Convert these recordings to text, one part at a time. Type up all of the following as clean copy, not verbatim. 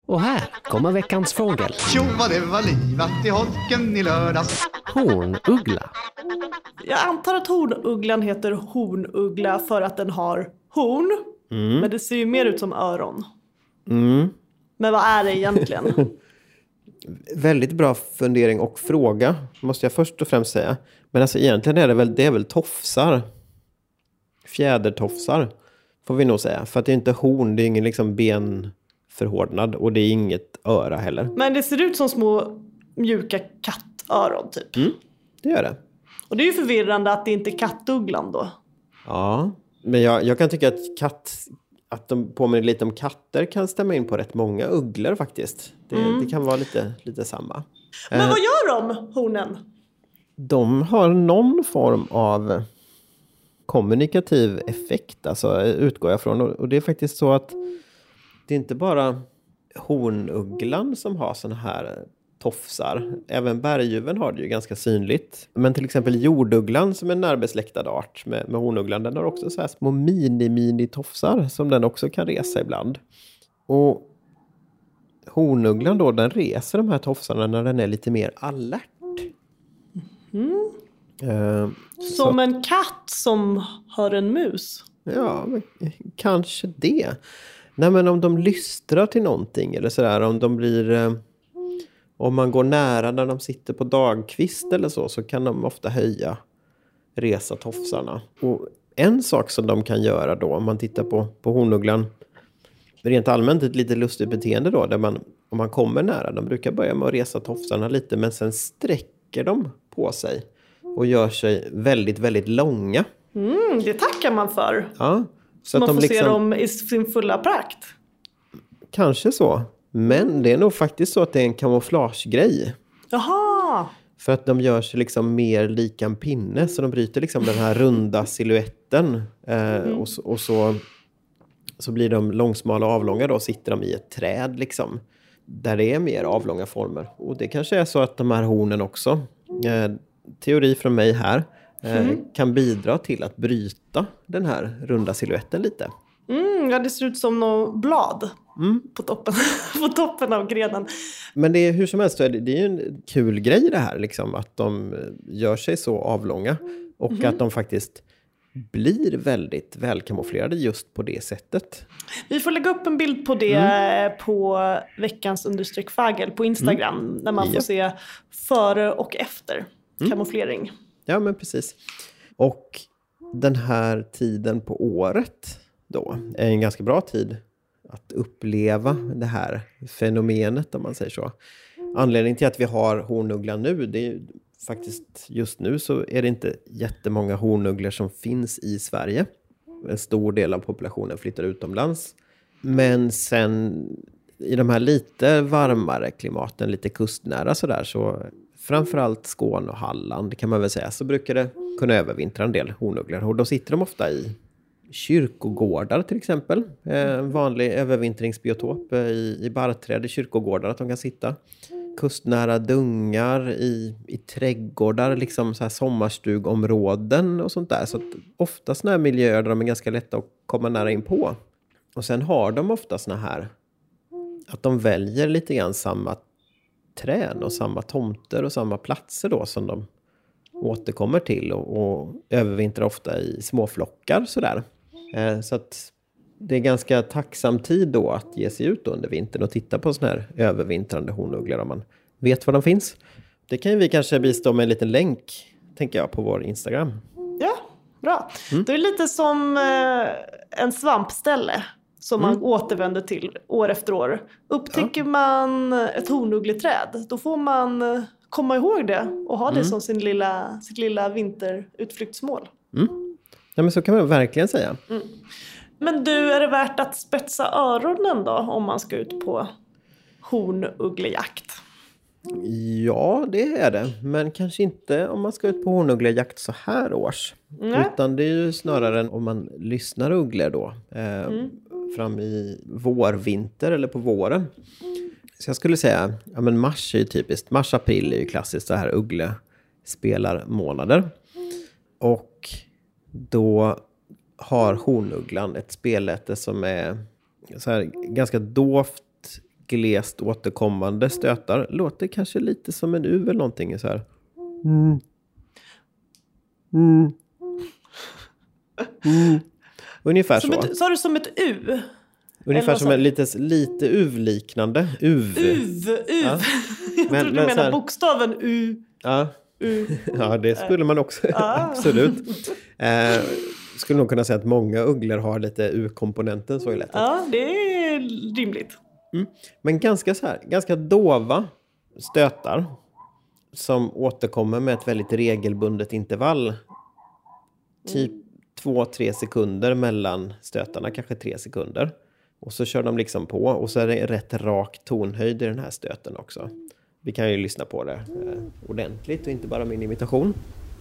Och här kommer veckans fågel. Tjo vad det var livat i holken i lördags. Hornuggla. Jag antar att hornugglan heter hornuggla för att den har horn. Men det ser ju mer ut som öron. Men vad är det egentligen? Väldigt bra fundering och fråga, måste jag först och främst säga. Men alltså egentligen det är väl tofsar. Fjädertofsar får vi nog säga. För att det är inte horn, det är ingen liksom benförhårdnad. Och det är inget öra heller. Men det ser ut som små mjuka kattöron typ. Det gör det. Och det är ju förvirrande att det inte är kattugglan då. Ja, men jag kan tycka att de påminner lite om katter kan stämma in på rätt många ugglor faktiskt. Det kan vara lite samma. Men vad gör de, hornen? De har någon form av kommunikativ effekt, alltså utgår jag från. Och det är faktiskt så att det är inte bara hornugglan som har såna här tofsar. Även berguven har det ju ganska synligt. Men till exempel jordugglan som är en närbesläktad art med hornugglan, den har också så här små mini-tofsar som den också kan resa ibland. Och hornugglan då, den reser de här tofsarna när den är lite mer alert. Som en katt som hör en mus. Ja, men kanske det. Nej, men om de lystrar till någonting eller sådär, om de blir... Om man går nära när de sitter på dagkvist eller så kan de ofta resa tofsarna. Och en sak som de kan göra då, om man tittar på hornugglan, rent allmänt ett lite lustigt beteende då, där om man kommer nära, de brukar börja med att resa tofsarna lite, men sen sträcker de på sig och gör sig väldigt, väldigt långa. Det tackar man för. Ja, så man att får de se dem i sin fulla prakt. Kanske så. Men det är nog faktiskt så att det är en kamouflagegrej. Jaha! För att de gör sig liksom mer lika en pinne. Så de bryter liksom den här runda siluetten. Och så blir de långsmala och avlånga då. Sitter de i ett träd liksom. Där det är mer avlånga former. Och det kanske är så att de här hornen också. Teori från mig här. Kan bidra till att bryta den här runda siluetten lite. Ja, det ser ut som något blad på toppen av grenen. Men det är hur som helst, det är ju en kul grej det här liksom, att de gör sig så avlånga och att de faktiskt blir väldigt välkamouflerade just på det sättet. Vi får lägga upp en bild på det på veckans _fagel på Instagram där man får se före och efter kamouflering. Ja, men precis. Och den här tiden på året då är en ganska bra tid att uppleva det här fenomenet, om man säger så. Anledningen till att vi har hornugglan nu, det är faktiskt just nu så är det inte jättemånga hornugglor som finns i Sverige. En stor del av populationen flyttar utomlands. Men sen i de här lite varmare klimaten, lite kustnära sådär, så framförallt Skåne och Halland kan man väl säga, så brukar det kunna övervintra en del hornugglor. Och då sitter de ofta i kyrkogårdar till exempel. En vanlig övervintringsbiotop i barrträd i kyrkogårdar att de kan sitta. Kustnära dungar i trädgårdar, liksom så här sommarstugområden och sånt där. Så att ofta såna här miljöer där de är ganska lätta att komma nära in på. Och sen har de ofta såna här att de väljer lite grann samma träd och samma tomter och samma platser då som de återkommer till och övervintrar ofta i små flockar sådär. Så att det är ganska tacksam tid då att ge sig ut under vintern och titta på såna här övervintrande hornugglor om man vet var de finns. Det kan ju vi kanske bistå med en liten länk, tänker jag, på vår Instagram. Ja, bra. Det är lite som en svampställe som man återvänder till år efter år. Upptäcker man ett hornuggleträd, då får man komma ihåg det och ha det som sitt lilla vinterutflyktsmål. Ja, men så kan man verkligen säga. Men du, är det värt att spetsa öronen då om man ska ut på hornugglejakt? Ja, det är det. Men kanske inte om man ska ut på hornugglejakt så här års. Utan det är ju snarare om man lyssnar ugglor då. Fram i vårvinter eller på våren. Så jag skulle säga, ja men mars är ju typiskt. Mars-april är ju klassiskt så här ugglespelarmånader. Och då har hornugglan ett spelläte som är så här ganska dovt glest återkommande stötar. Låter kanske lite som en U eller någonting så här. Ungefär så. Sa du som ett U? Ungefär som en lite UV-liknande. UV. Ja. Jag trodde du menade här, bokstaven U. Ja. Ja, det skulle man också. Absolut. Skulle nog kunna säga att många ugglor har lite U-komponenten så i lättet. Ja, det är rimligt. Men ganska dova stötar som återkommer med ett väldigt regelbundet intervall. Typ 2-3 sekunder mellan stötarna, kanske 3 sekunder. Och så kör de liksom på och så är det rätt rak tonhöjd i den här stöten också. Vi kan ju lyssna på det ordentligt och inte bara min imitation.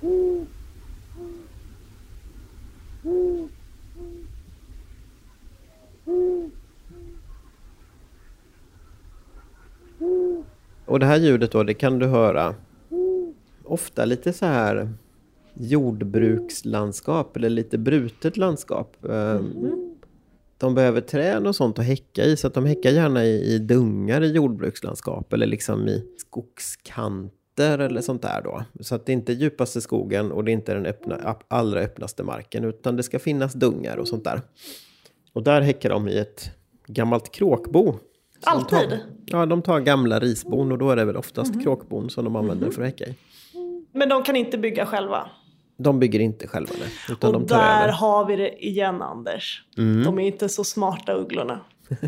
Och det här ljudet då, det kan du höra ofta lite så här jordbrukslandskap eller lite brutet landskap. De behöver trän och sånt att häcka i, så att de häckar gärna i dungar i jordbrukslandskap eller liksom i skogskanter eller sånt där då. Så att det inte är djupaste skogen och det är inte den allra öppnaste marken, utan det ska finnas dungar och sånt där. Och där häckar de i ett gammalt kråkbo. Alltid? De tar gamla risbon och då är det väl oftast kråkbon som de använder för att häcka i. Men de kan inte bygga själva? De bygger inte själva, nej, utan och de tar där över. har vi det igen, Anders. De är inte så smarta, ugglorna.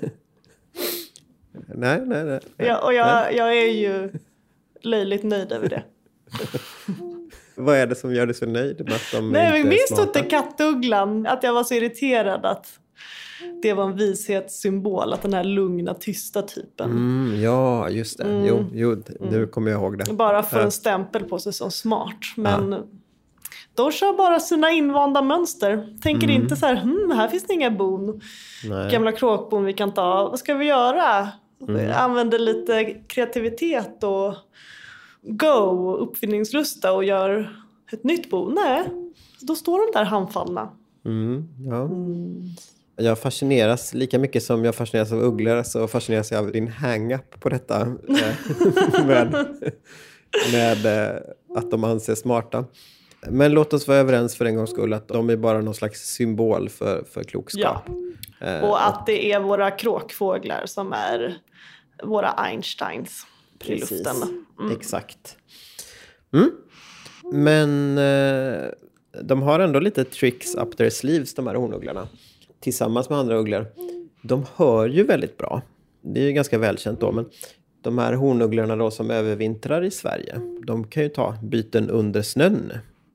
Nej. Jag är ju löjligt nöjd över det. Vad är det som gör dig så nöjd med att de Nej, men inte minns är du smarta? inte kattugglan? Att jag var så irriterad att det var en vishetssymbol. Att den här lugna, tysta typen. Ja, just det. Jo, nu kommer jag ihåg det. Bara för en stämpel på sig som smart. Men de kör bara sina invanda mönster. Tänker inte så här, här finns det inga bon. Nej. Gamla kråkbon vi kan ta. Vad ska vi göra? Använder lite kreativitet och uppfinningslusta och gör ett nytt bo. Nej, då står de där handfallna. Ja. Jag fascineras lika mycket som jag fascineras av ugglor, så fascineras jag av din hang-up på detta med att de anses smarta. Men låt oss vara överens för en gångs skull att de är bara någon slags symbol för klokskap. Ja. Och att det är våra kråkfåglar som är våra Einsteins i luften. Exakt. Men de har ändå lite tricks up their sleeves, de här hornugglarna. Tillsammans med andra ugglor. De hör ju väldigt bra. Det är ju ganska välkänt då, men de här hornugglarna då som övervintrar i Sverige, de kan ju ta byten under snön.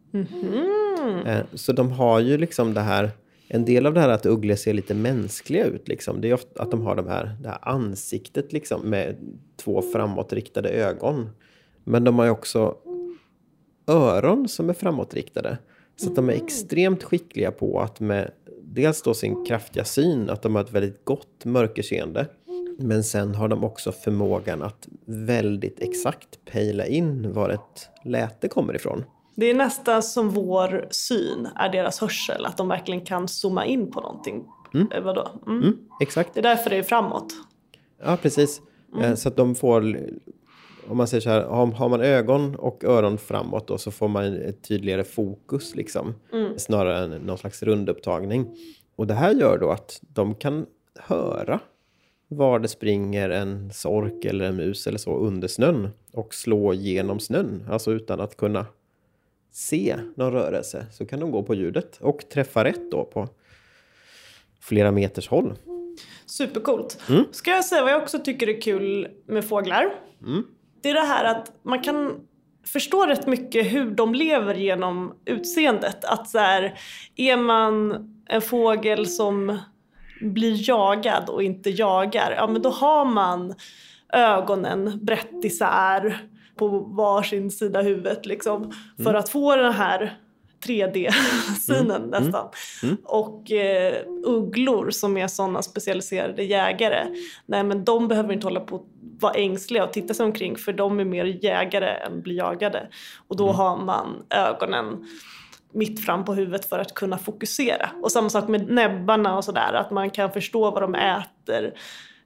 Så de har ju liksom det här, en del av det här att ugglor ser lite mänskliga ut liksom. Det är ofta att de har det här ansiktet liksom med 2 framåtriktade ögon. Men de har ju också öron som är framåtriktade. Så att de är extremt skickliga på att med dels då sin kraftiga syn, att de har ett väldigt gott mörkerseende. Men sen har de också förmågan att väldigt exakt pejla in var ett läte kommer ifrån. Det är nästan som vår syn är deras hörsel. Att de verkligen kan zooma in på någonting. Vadå? Exakt. Det är därför det är framåt. Ja, precis. Så att de får, om man säger så här, har man ögon och öron framåt då, så får man ett tydligare fokus liksom. Snarare än någon slags rundupptagning. Och det här gör då att de kan höra var det springer en sork eller en mus eller så under snön och slå genom snön. Alltså utan att kunna se någon rörelse, så kan de gå på ljudet och träffa rätt då på flera meters håll. Supercoolt. Ska jag säga vad jag också tycker är kul med fåglar? Det är det här att man kan förstå rätt mycket hur de lever genom utseendet. Att så här, är man en fågel som blir jagad och inte jagar, ja men då har man ögonen brett isär på varsin sida huvudet liksom, för att få den här 3D-synen nästan. Och ugglor som är sådana specialiserade jägare, nej men de behöver inte hålla på att vara ängsliga och titta sig omkring, för de är mer jägare än blir jagade. Och då har man ögonen mitt fram på huvudet för att kunna fokusera. Och samma sak med näbbarna och sådär, att man kan förstå vad de äter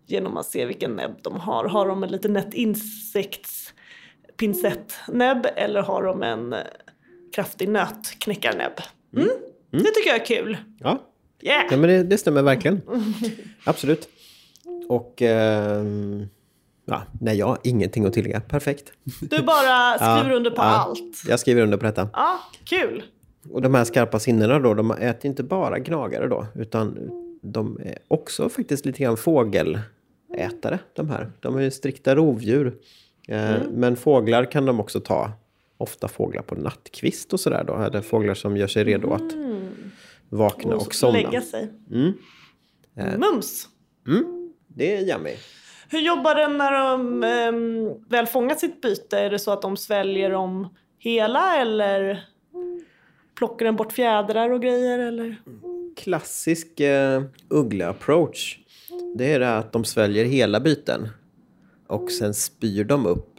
genom att se vilken näbb de har. Har de en lite nätt insektspincettnäbb eller har de en kraftig nötknäckarnäbb? Det tycker jag är kul. Ja, Yeah. ja men det stämmer verkligen. Absolut. Och nej, jag har ingenting att tillägga. Perfekt. Du bara skriver under på allt. Jag skriver under på detta. Ja, kul. Och de här skarpa sinnena då, de äter inte bara gnagare då, utan de är också faktiskt lite grann fågelätare, de här. De är ju strikta rovdjur. Men fåglar kan de också ta. Ofta fåglar på nattkvist och sådär då. Eller fåglar som gör sig redo att vakna och somna. Lägga sig. Mums. Det är yummy. Hur jobbar den när de väl fångat sitt byte? Är det så att de sväljer dem hela eller plockar den bort fjädrar och grejer? Eller? Klassisk uggla-approach. Det är det att de sväljer hela byten. Och sen spyr de upp...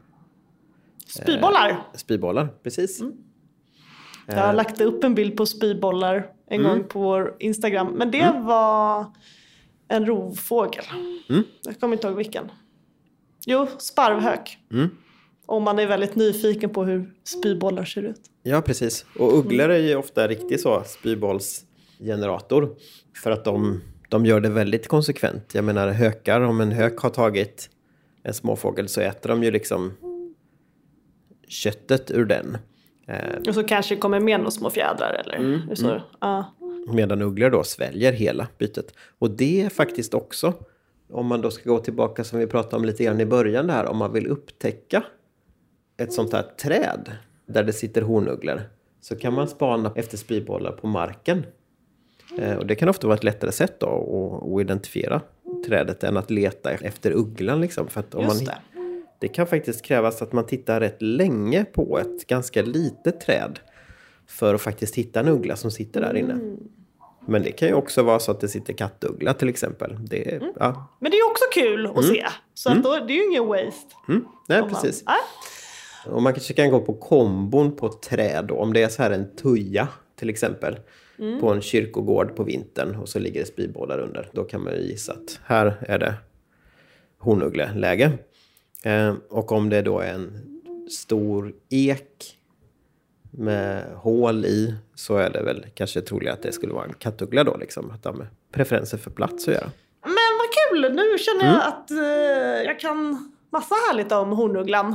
Spybollar? Precis. Jag har lagt upp en bild på spybollar en gång på vår Instagram. Men det var en rovfågel. Jag kommer inte ihåg vilken. Jo, sparvhök. Om man är väldigt nyfiken på hur spybollar ser ut. Ja, precis. Och ugglor är ju ofta riktigt så spybollsgenerator. För att de gör det väldigt konsekvent. Jag menar hökar, om en hök har tagit en småfågel så äter de ju liksom köttet ur den. Och så kanske det kommer med några små fjädrar eller så. Medan ugglor då sväljer hela bytet. Och det är faktiskt också, om man då ska gå tillbaka som vi pratade om lite grann i början där, om man vill upptäcka ett sånt här träd där det sitter honugglor, så kan man spana efter spybollar på marken. Och det kan ofta vara ett lättare sätt då att identifiera trädet än att leta efter ugglan liksom. För att om det kan faktiskt krävas att man tittar rätt länge på ett ganska litet träd för att faktiskt hitta en uggla som sitter där inne. Men det kan ju också vara så att det sitter kattuggla till exempel. Men det är också kul att se. Så att då, det är ju ingen waste. Nej, precis. Och man kanske kan gå på kombon på ett träd då. Om det är så här en tuja till exempel. På en kyrkogård på vintern. Och så ligger det spybollar under. Då kan man ju gissa att här är det honuggleläge. Och om det då är en stor ek med hål i, så är det väl kanske troligt att det skulle vara en kattuggla då liksom. Att de har preferenser för plats att göra. Men vad kul! Nu känner jag att jag kan massa härligt om honugglan.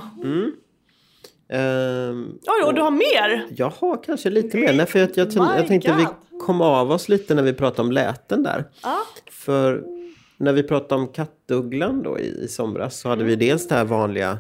Och du har mer? Jag har kanske lite mer. Nej, för jag tänkte vi kom av oss lite när vi pratade om läten där. För när vi pratade om kattugglan då i somras så hade vi dels det här vanliga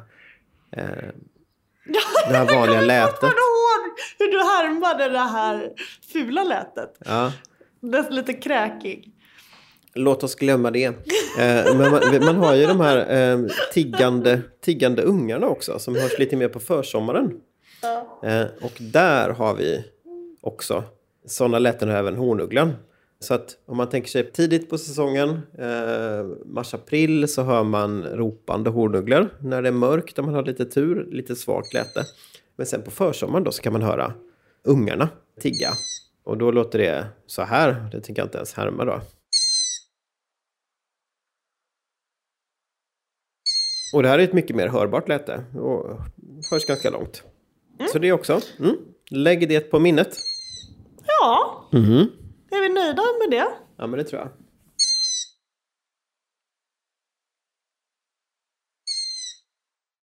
lätet. Jag ihåg hur du härmade det här fula lätet. Ja. Det är lite kräkig. Låt oss glömma det. Men man har ju de här tiggande ungarna också som hörs lite mer på försommaren. Och där har vi också sådana läten och även honugglan. Så att om man tänker sig tidigt på säsongen, mars-april, så hör man ropande honugglor. När det är mörkt och man har lite tur, lite svagt läte. Men sen på försommaren då så kan man höra ungarna tigga. Och då låter det så här. Det tycker jag inte ens härma då. Och det här är ett mycket mer hörbart läte. Och hörs ganska långt. Så det också. Lägg det på minnet. Ja. Är vi nöjda med det? Ja, men det tror jag.